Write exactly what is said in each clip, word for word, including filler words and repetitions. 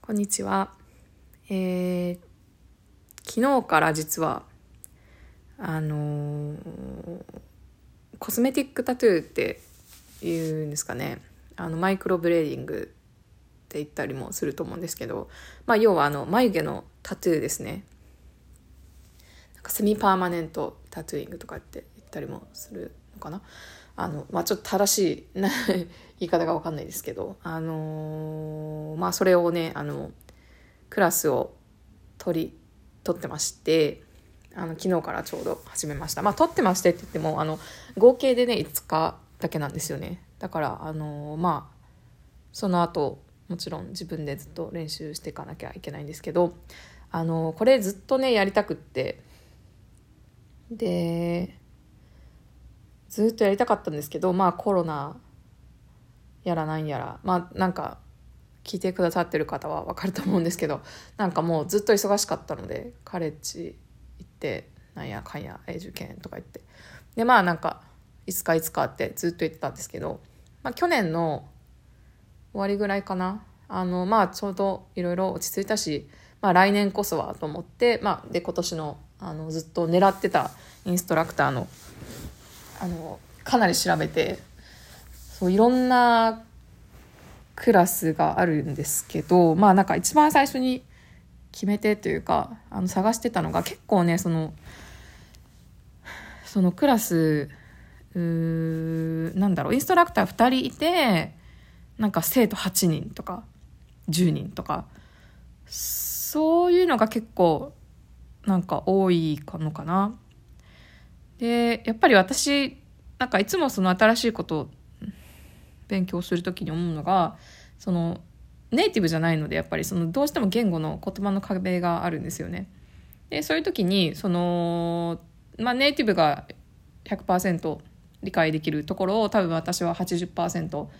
こんにちは、えー、昨日から実はあのー、コスメティックタトゥーっていうんですかね、あのマイクロブレーディングって言ったりもすると思うんですけど、まあ、要はあの眉毛のタトゥーですね。なんかセミパーマネントタトゥーイングとかって言ったりもするのかな。あの、まあ、ちょっと正しい言い方が分かんないですけど、あのー、まあそれをね、あのクラスを取り取ってまして、あの昨日からちょうど始めました。まあ取ってましてって言ってもあの合計でねいつかだけなんですよね。だからあのまあその後もちろん自分でずっと練習していかなきゃいけないんですけど、あのこれずっとねやりたくって、でずっとやりたかったんですけど、まあコロナやらなんやら、まあなんか聞いてくださってる方は分かると思うんですけど、なんかもうずっと忙しかったので、カレッジ行ってなんやかんや受験とか言って、でまあなんかいつかいつかってずっと言ってたんですけど、まあ、去年の終わりぐらいかな、あのまあちょうどいろいろ落ち着いたし、まあ、来年こそはと思って、まあ、で今年のあのずっと狙ってたインストラクターのあのかなり調べて、そういろんなクラスがあるんですけど、まあなんか一番最初に決めてというかあの探してたのが、結構ねそのそのクラスうーなんだろうインストラクターふたりいて、なんか生徒はちにんとかじゅうにんとか、そういうのが結構なんか多いのかな。でやっぱり私なんかいつもその新しいことを勉強するときに思うのが、そのネイティブじゃないのでやっぱりそのどうしても言語の言葉の壁があるんですよね。でそういう時にその、まあ、ネイティブが ひゃくパーセント 理解できるところを多分私は はちじゅっパーセント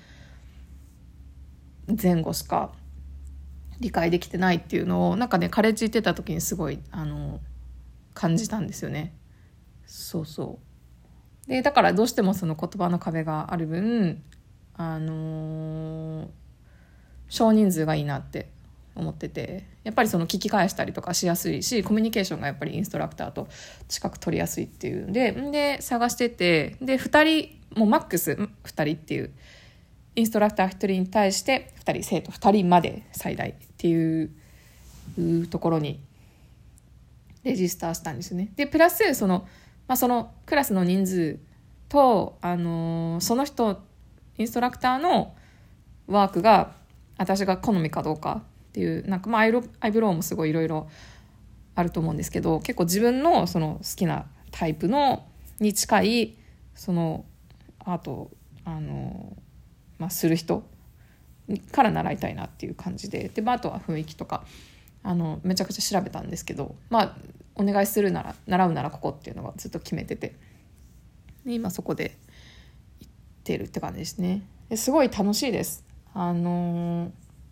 前後しか理解できてないっていうのをなんかねカレッジ行ってた時にすごいあの感じたんですよね。そうそうでだからどうしてもその言葉の壁がある分、あのー、少人数がいいなって思ってて、やっぱりその聞き返したりとかしやすいし、コミュニケーションがやっぱりインストラクターと近く取りやすいっていうんでで探してて、でふたりもうマックスふたりっていう、インストラクターひとりに対してふたり、生徒ふたりまで最大っていうところにレジスターしたんですね。でプラスその、まあ、そのクラスの人数と、あのー、その人インストラクターのワークが私が好みかどうかっていう、なんかまあアイロアイブロウもすごいいろいろあると思うんですけど、結構自分のその好きなタイプのに近いそのアートをあの、まあ、する人から習いたいなっていう感じで、で、まあ、あとは雰囲気とかあのめちゃくちゃ調べたんですけど、まあお願いするなら習うならここっていうのがずっと決めてて、で今そこで行ってるって感じですね。ですごい楽しいです。あのー、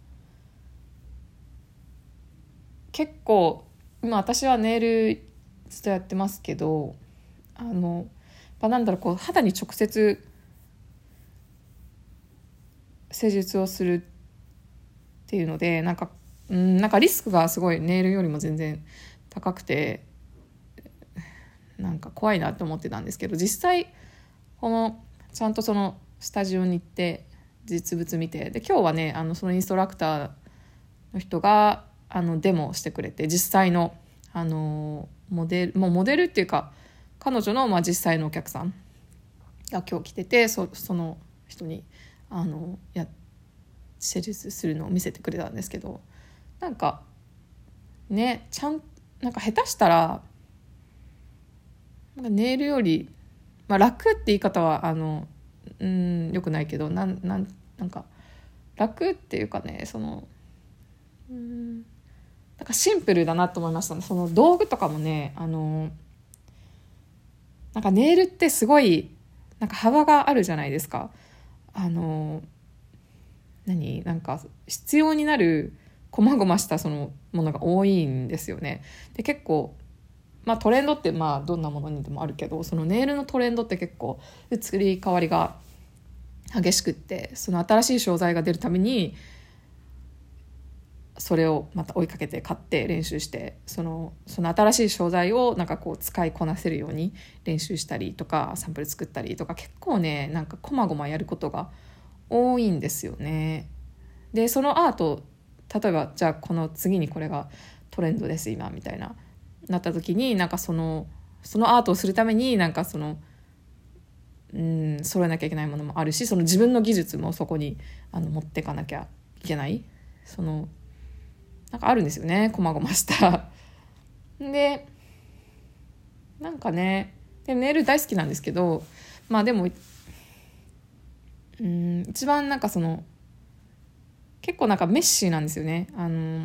結構今私はネイルずっとやってますけど、あのまあ、なんだろうこう肌に直接施術をするっていうので、なんかうんなんかリスクがすごいネイルよりも全然高くて、なんか怖いなって思ってたんですけど、実際このちゃんとそのスタジオに行って実物見て、で今日はねあのそのインストラクターの人があのデモをしてくれて、実際のあのモデルもうモデルっていうか彼女のまあ実際のお客さんが今日来てて、 そ, その人にあのや施術するのを見せてくれたんですけど、なんかねちゃんなんか下手したらなんかネイルより、まあ、楽って言い方はあのうんよくないけど、なんなんなんか楽っていうかね、そのうんなんかシンプルだなと思いましたね。その道具とかもね、あのなんかネイルってすごいなんか幅があるじゃないですか。あの何なんか必要になる細々したそのものが多いんですよね。で結構まあトレンドってまあどんなものにでもあるけど、そのネイルのトレンドって結構移り変わりが激しくって、その新しい商材が出るためにそれをまた追いかけて買って練習して、そのその新しい商材をなんかこう使いこなせるように練習したりとか、サンプル作ったりとか、結構ねなんかこまごまやることが多いんですよね。でそのアート、例えばじゃあこの次にこれがトレンドです今みたいななった時に、なんかそのそのアートをするためになんかそのうん揃えなきゃいけないものもあるし、その自分の技術もそこにあの持っていかなきゃいけない、そのなんかあるんですよね、こまごましたでなんかね、でネイル大好きなんですけど、まあでもうん一番なんかその結構なんかメッシーなんですよね。あの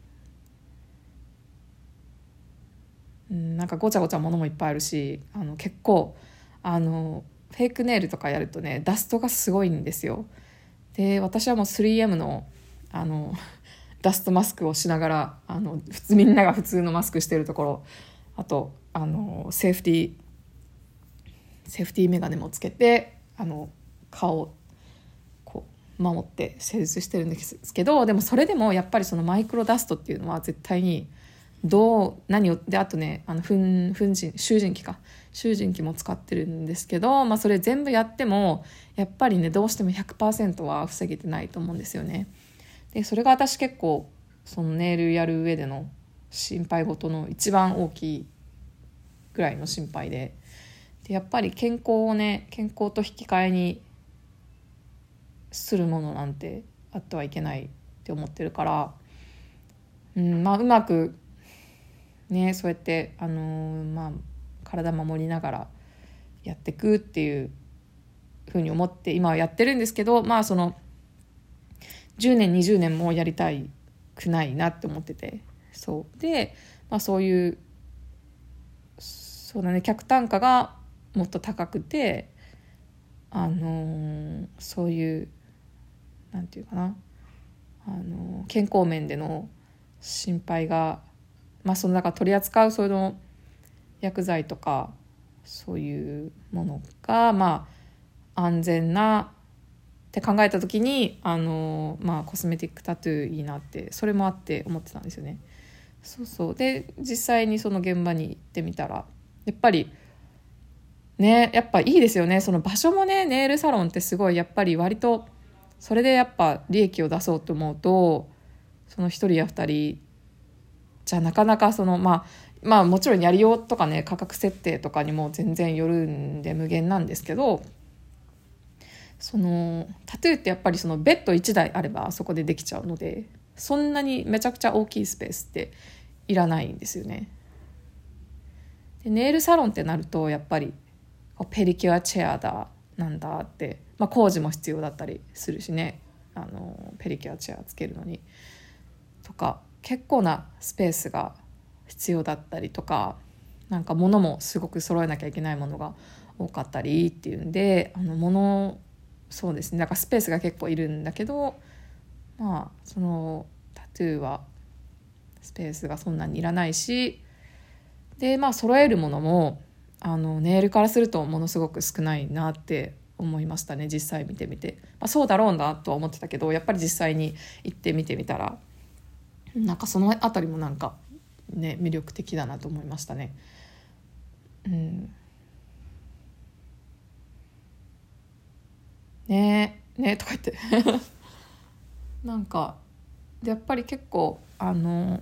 うんなんかごちゃごちゃものもいっぱいあるし、あの結構あのフェイクネイルとかやるとねダストがすごいんですよ。で私はもう スリーエム のあのダストマスクをしながら、あの普通みんなが普通のマスクしてるところ、あとあのセーフティーセーフティーメガネもつけて、あの顔をこう守って施術してるんですけど、でもそれでもやっぱりそのマイクロダストっていうのは絶対にどう何をで、あとねあの粉粉塵集塵器か集塵器も使ってるんですけど、まあ、それ全部やってもやっぱりねどうしても ひゃくパーセント は防げてないと思うんですよね。でそれが私結構そのネイルやる上での心配事の一番大きいぐらいの心配で、でやっぱり健康をね健康と引き換えにするものなんてあってはいけないって思ってるから、うんまあ、うまくねそうやって、あのーまあ、体守りながらやっていくっていうふうに思って今はやってるんですけど、まあそのじゅうねんにじゅうねんもやりたいくないなって思ってて、そうで、まあ、そういうそうだね客単価がもっと高くて、あのーそういうなんていうかな、あのー健康面での心配が、まあその中取り扱うその薬剤とかそういうものがまあ安全なって考えた時に、あのまあコスメティックタトゥーいいなって、それもあって思ってたんですよね。そうそうで実際にその現場に行ってみたらやっぱりねやっぱいいですよね。その場所もね、ネイルサロンってすごいやっぱり割とそれでやっぱ利益を出そうと思うと、そのひとりやふたりじゃなかなかそのまあまあもちろんやりようとかね価格設定とかにも全然よるんで無限なんですけど、そのタトゥーってやっぱりそのベッドいちだいあればそこでできちゃうので、そんなにめちゃくちゃ大きいスペースっていらないんですよね。でネイルサロンってなるとやっぱりペディキュアチェアだなんだって、まあ、工事も必要だったりするしね、あのペディキュアチェアつけるのにとか結構なスペースが必要だったりとか、なんか物もすごく揃えなきゃいけないものが多かったりっていうんで、あの物そうですね、だからスペースが結構いるんだけど、まあそのタトゥーはスペースがそんなにいらないし、でまあ揃えるものもあのネイルからするとものすごく少ないなって思いましたね、実際見てみて、まあ、そうだろうなとは思ってたけど、やっぱり実際に行ってみてみたらなんかそのあたりもなんかね魅力的だなと思いましたね。うんねえねえとか言ってなんかでやっぱり結構あの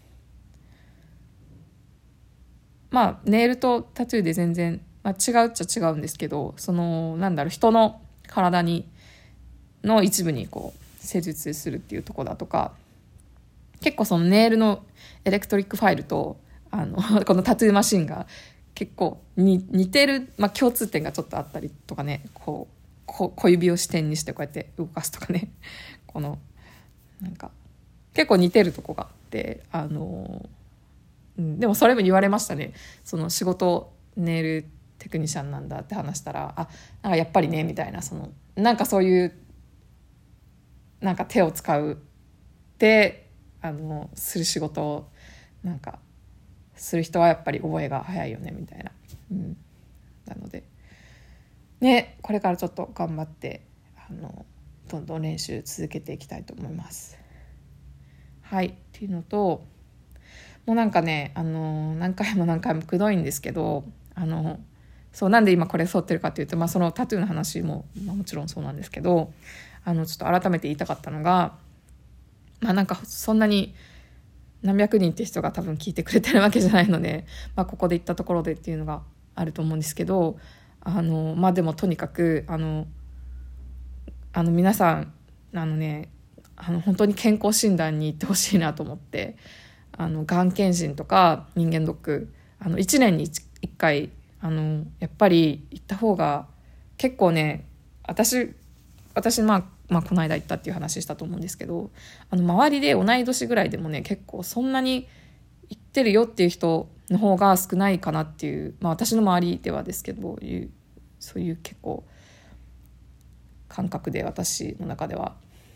まあネイルとタトゥーで全然、まあ、違うっちゃ違うんですけど、そのなんだろう人の体にの一部にこう施術するっていうところだとか、結構そのネイルのエレクトリックファイルとあのこのタトゥーマシンが結構に似てる、まあ、共通点がちょっとあったりとかね、こうこ小指を支点にしてこうやって動かすとかねこのなんか結構似てるとこがあって、あの、うん、でもそれも言われましたね。その仕事ネイルテクニシャンなんだって話したら、あなんかやっぱりねみたいな、そのなんかそういうなんか手を使うであのする仕事をなんかする人はやっぱり覚えが早いよねみたいな、うん、なのでねこれからちょっと頑張ってあのどんどん練習続けていきたいと思います。 はいっていうのと、もうなんかね、あの何回も何回もくどいんですけど、あのそうなんで今これ沿ってるかっていうと、まあ、そのタトゥーの話も、まあ、もちろんそうなんですけど、あのちょっと改めて言いたかったのが、まあなんかそんなに何百人って人が多分聞いてくれてるわけじゃないので、まあ、ここで言ったところでっていうのがあると思うんですけど、あのまあでもとにかくあのあの皆さんあのねあの本当に健康診断に行ってほしいなと思って、あのがん検診とか人間ドック、あのいちねんにいっかいあのやっぱり行った方が結構ね、私私まあまあこの間行ったっていう話したと思うんですけど、あの周りで同い年ぐらいでもね結構そんなに行ってるよっていう人の方が少ないかなっていう、まあ私の周りではですけど、いうそういう結構感覚で、私の中では。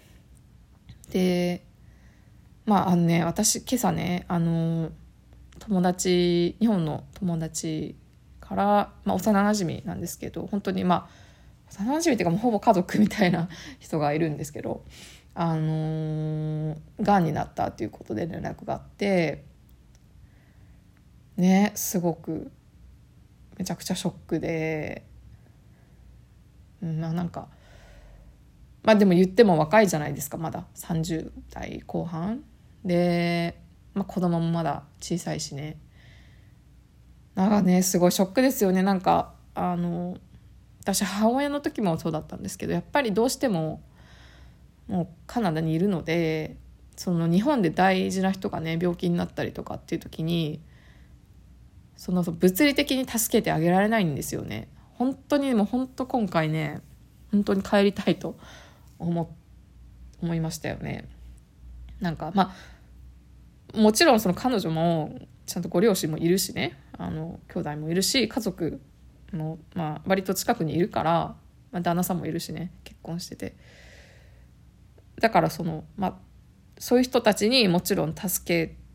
でまああのね、私今朝ね、あの友達日本の友達から、まあ、幼なじみなんですけど、本当にまあ幼なじみっていうかもうほぼ家族みたいな人がいるんですけど、あのがんになったっていうことで連絡があって、ね、すごくめちゃくちゃショックで、うん、まあなんかまあでも言っても若いじゃないですか、まださんじゅう代後半で、まあ、子供もまだ小さいしね、なんかねすごいショックですよね。なんかあの私母親の時もそうだったんですけど、やっぱりどうしてももうカナダにいるので、その日本で大事な人がね病気になったりとかっていう時に、その物理的に助けてあげられないんですよね。本当にもう本当今回ね本当に帰りたいと思思いましたよね。なんかまあもちろんその彼女もちゃんとご両親もいるしね、あの兄弟もいるし家族もまあ割と近くにいるから、まあ、旦那さんもいるしね、結婚してて、だからそのまあそういう人たちにもちろん助け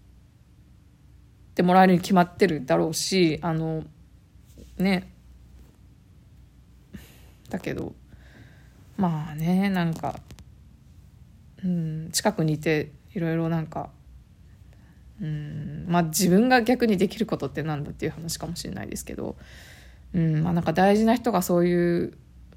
てもらえるに決まってるだろうし、あのねだけどまあね、なんか、うん、近くにいていろいろなんか、うん、まあ自分が逆にできることってなんだっていう話かもしれないですけど、うん、まあなんか大事な人がそういう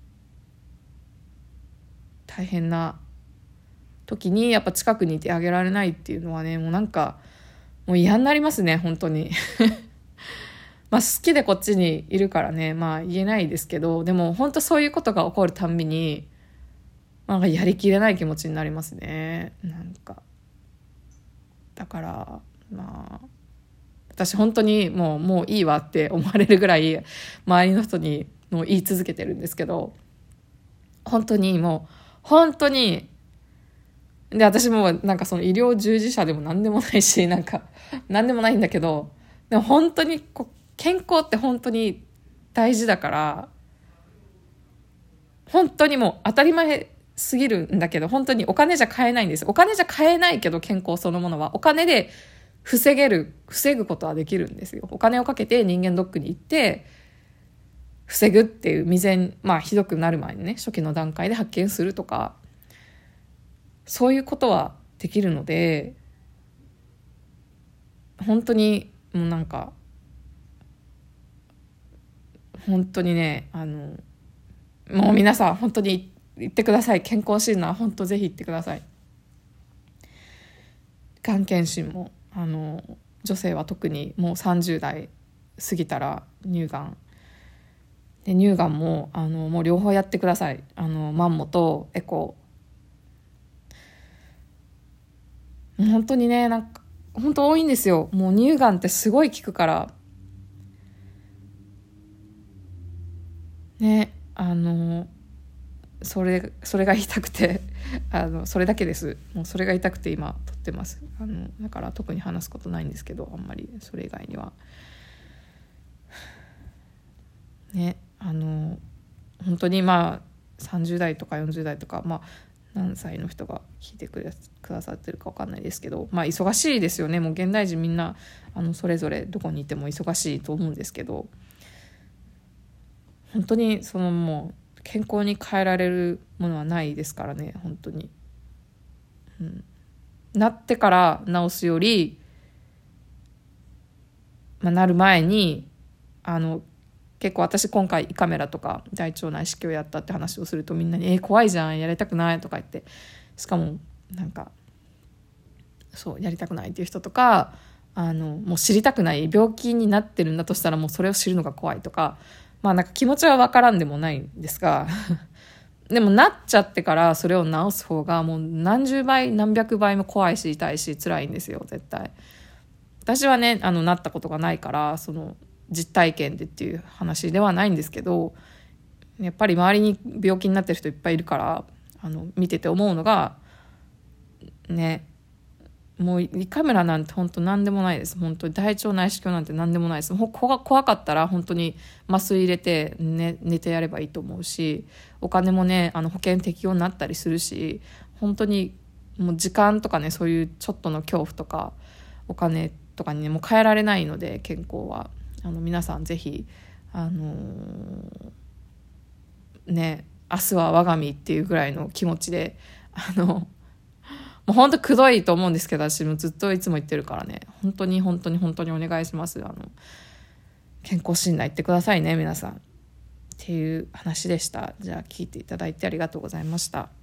大変な時にやっぱ近くにいてあげられないっていうのはね、もうなんかもう嫌になりますね本当にまあ好きでこっちにいるからね、まあ言えないですけど、でも本当そういうことが起こるたんびになんかやりきれない気持ちになりますね。なんかだからまあ私本当にもうもういいわって思われるぐらい周りの人にもう言い続けてるんですけど、本当にもう本当にで、私もなんかその医療従事者でも何でもないし、なんか何でもないんだけど、でも本当にこう健康って本当に大事だから、本当にもう当たり前すぎるんだけど、本当にお金じゃ買えないんです。お金じゃ買えないけど健康そのものはお金で防げる、防ぐことはできるんですよ。お金をかけて人間ドックに行って防ぐっていう未然、まあひどくなる前にね、初期の段階で発見するとか、そういうことはできるので、本当にもうなんか本当にね、あのもう皆さん本当に行ってください。健康診断本当ぜひ行ってください。がん検診もあの女性は特にもうさんじゅう代過ぎたら乳がんで、乳がんもあのもう両方やってください。あのマンモとエコー、本当にね、なんか本当多いんですよ。もう乳がんってすごい効くからね、あのそれそれが言いたくてあのそれだけです。もうそれが言いたくて今撮ってます。あのだから特に話すことないんですけど、あんまりそれ以外にはね、あの本当にまあさんじゅう代とかよんじゅう代とか、まあ何歳の人が聞いてくださってるか分かんないですけど、まあ忙しいですよね。もう現代人みんなあのそれぞれどこにいても忙しいと思うんですけど、本当にそのもう健康に変えられるものはないですからね、本当に、うん、 なってから治すより、まあ、なる前にあの結構私今回胃カメラとか大腸内視鏡やったって話をするとみんなに「えー、怖いじゃん、やりたくない」とか言って、しかもなんかそうやりたくないっていう人とか、あのもう知りたくない、病気になってるんだとしたらもうそれを知るのが怖いとか、まあなんか気持ちは分からんでもないんですがでもなっちゃってからそれを治す方がもう何十倍何百倍も怖いし痛いし辛いんですよ絶対。私はねあのなったことがないからその実体験でっていう話ではないんですけど、やっぱり周りに病気になってる人いっぱいいるからあの見てて思うのがね、もう胃カメラなんて本当何でもないです。本当に大腸内視鏡なんて何でもないです。もう怖怖かったら本当に麻酔入れて、ね、寝てやればいいと思うし、お金もねあの保険適用になったりするし、本当にもう時間とかねそういうちょっとの恐怖とかお金とかにねもう変えられないので、健康はあの皆さんぜひあのー、ね明日は我が身っていうぐらいの気持ちであのもう本当くどいと思うんですけど、私もずっといつも言ってるからね、本当に本当に本当にお願いします。あの健康診断行ってくださいね皆さんっていう話でした。じゃあ聞いていただいてありがとうございました。